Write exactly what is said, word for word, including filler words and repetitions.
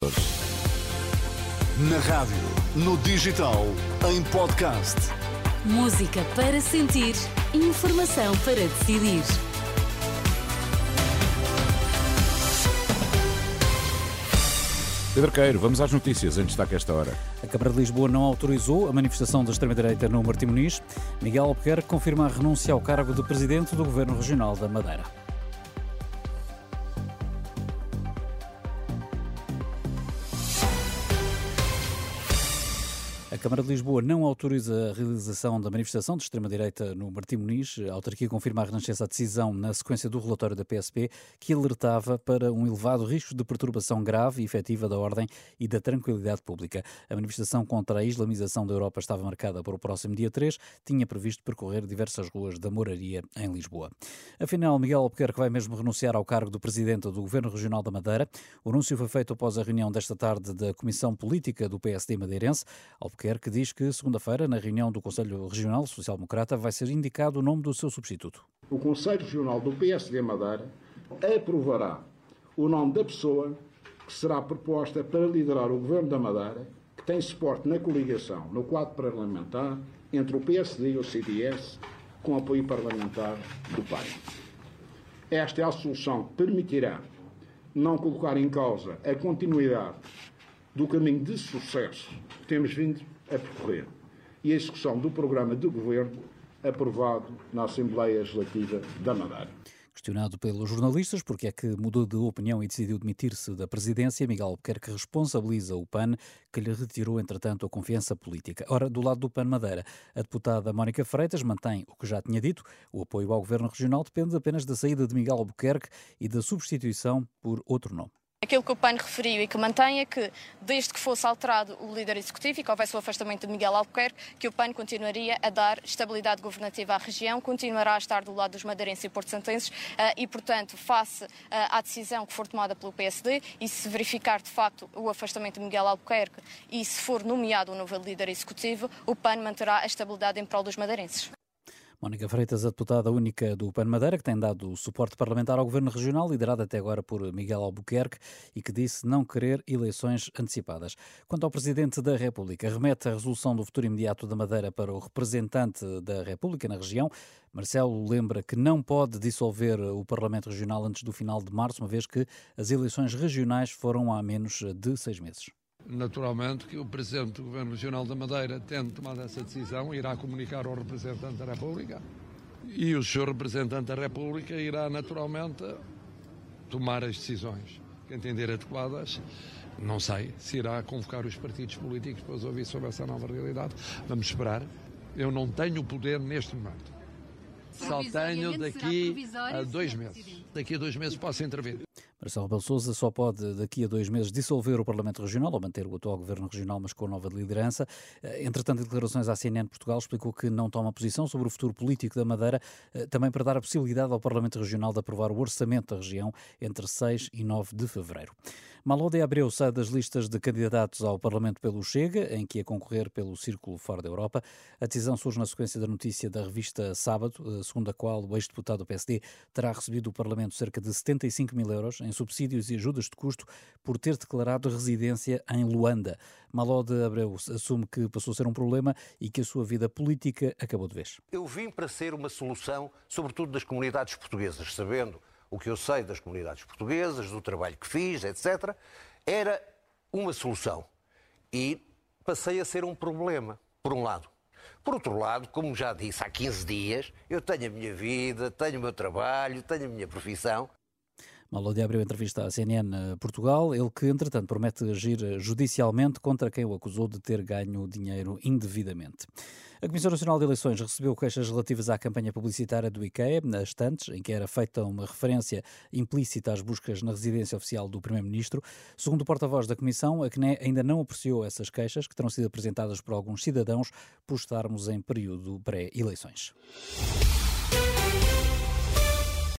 Açores. Na rádio, no digital, em podcast. Música para sentir, informação para decidir. Pedro Queiro, vamos às notícias em destaque a esta hora. A Câmara de Lisboa não autorizou a manifestação da extrema-direita no Martim Moniz. Miguel Albuquerque confirma a renúncia ao cargo de Presidente do Governo Regional da Madeira. A Câmara de Lisboa não autoriza a realização da manifestação de extrema-direita no Martim Moniz. A autarquia confirma a renascença à decisão na sequência do relatório da P S P, que alertava para um elevado risco de perturbação grave e efetiva da ordem e da tranquilidade pública. A manifestação contra a islamização da Europa estava marcada para o próximo dia três, tinha previsto percorrer diversas ruas da Moraria, em Lisboa. Afinal, Miguel Albuquerque vai mesmo renunciar ao cargo do Presidente do Governo Regional da Madeira. O anúncio foi feito após a reunião desta tarde da Comissão Política do P S D madeirense. Albuquerque que diz que segunda-feira, na reunião do Conselho Regional Social Democrata, vai ser indicado o nome do seu substituto. O Conselho Regional do P S D Madeira aprovará o nome da pessoa que será proposta para liderar o Governo da Madeira, que tem suporte na coligação, no quadro parlamentar, entre o P S D e o C D S, com apoio parlamentar do P A N. Esta é a solução que permitirá não colocar em causa a continuidade do caminho de sucesso que temos vindo a percorrer e a execução do programa de governo aprovado na Assembleia Legislativa da Madeira. Questionado pelos jornalistas porque é que mudou de opinião e decidiu demitir-se da presidência, Miguel Albuquerque responsabiliza o P A N, que lhe retirou, entretanto, a confiança política. Ora, do lado do P A N Madeira, a deputada Mónica Freitas mantém o que já tinha dito: o apoio ao governo regional depende apenas da saída de Miguel Albuquerque e da substituição por outro nome. Aquilo que o P A N referiu e que mantém é que, desde que fosse alterado o líder executivo e que houvesse o afastamento de Miguel Albuquerque, que o P A N continuaria a dar estabilidade governativa à região, continuará a estar do lado dos madeirenses e porto-santenses e, portanto, face à decisão que for tomada pelo P S D e se verificar, de facto, o afastamento de Miguel Albuquerque e se for nomeado um novo líder executivo, o P A N manterá a estabilidade em prol dos madeirenses. Mónica Freitas, a deputada única do P A N Madeira, que tem dado suporte parlamentar ao Governo Regional, liderado até agora por Miguel Albuquerque, e que disse não querer eleições antecipadas. Quanto ao Presidente da República, remete a resolução do futuro imediato da Madeira para o representante da República na região. Marcelo lembra que não pode dissolver o Parlamento Regional antes do final de março, uma vez que as eleições regionais foram há menos de seis meses. Naturalmente que o Presidente do Governo Regional da Madeira, tendo tomado essa decisão, irá comunicar ao representante da República e o senhor representante da República irá naturalmente tomar as decisões que entender adequadas. Não sei se irá convocar os partidos políticos para os ouvir sobre essa nova realidade. Vamos esperar. Eu não tenho poder neste momento. Só tenho daqui a dois meses. Daqui a dois meses posso intervir. Marcelo Rebelo de Sousa só pode, daqui a dois meses, dissolver o Parlamento Regional ou manter o atual Governo Regional, mas com nova liderança. Entretanto, em declarações à C N N Portugal, explicou que não toma posição sobre o futuro político da Madeira, também para dar a possibilidade ao Parlamento Regional de aprovar o orçamento da região entre seis e nove de fevereiro. Malode Abreu sai das listas de candidatos ao Parlamento pelo Chega, em que ia concorrer pelo Círculo Fora da Europa. A decisão surge na sequência da notícia da revista Sábado, segundo a qual o ex-deputado do P S D terá recebido do Parlamento cerca de setenta e cinco mil euros em subsídios e ajudas de custo por ter declarado residência em Luanda. Malode Abreu assume que passou a ser um problema e que a sua vida política acabou de vez. Eu vim para ser uma solução, sobretudo das comunidades portuguesas, sabendo o que eu sei das comunidades portuguesas, do trabalho que fiz, etcétera. Era uma solução e passei a ser um problema, por um lado. Por outro lado, como já disse há quinze dias, eu tenho a minha vida, tenho o meu trabalho, tenho a minha profissão. Malode abriu entrevista à C N N Portugal, ele que, entretanto, promete agir judicialmente contra quem o acusou de ter ganho dinheiro indevidamente. A Comissão Nacional de Eleições recebeu queixas relativas à campanha publicitária do IKEA, nas estantes, em que era feita uma referência implícita às buscas na residência oficial do Primeiro-Ministro. Segundo o porta-voz da Comissão, a C N E ainda não apreciou essas queixas, que terão sido apresentadas por alguns cidadãos por estarmos em período pré-eleições.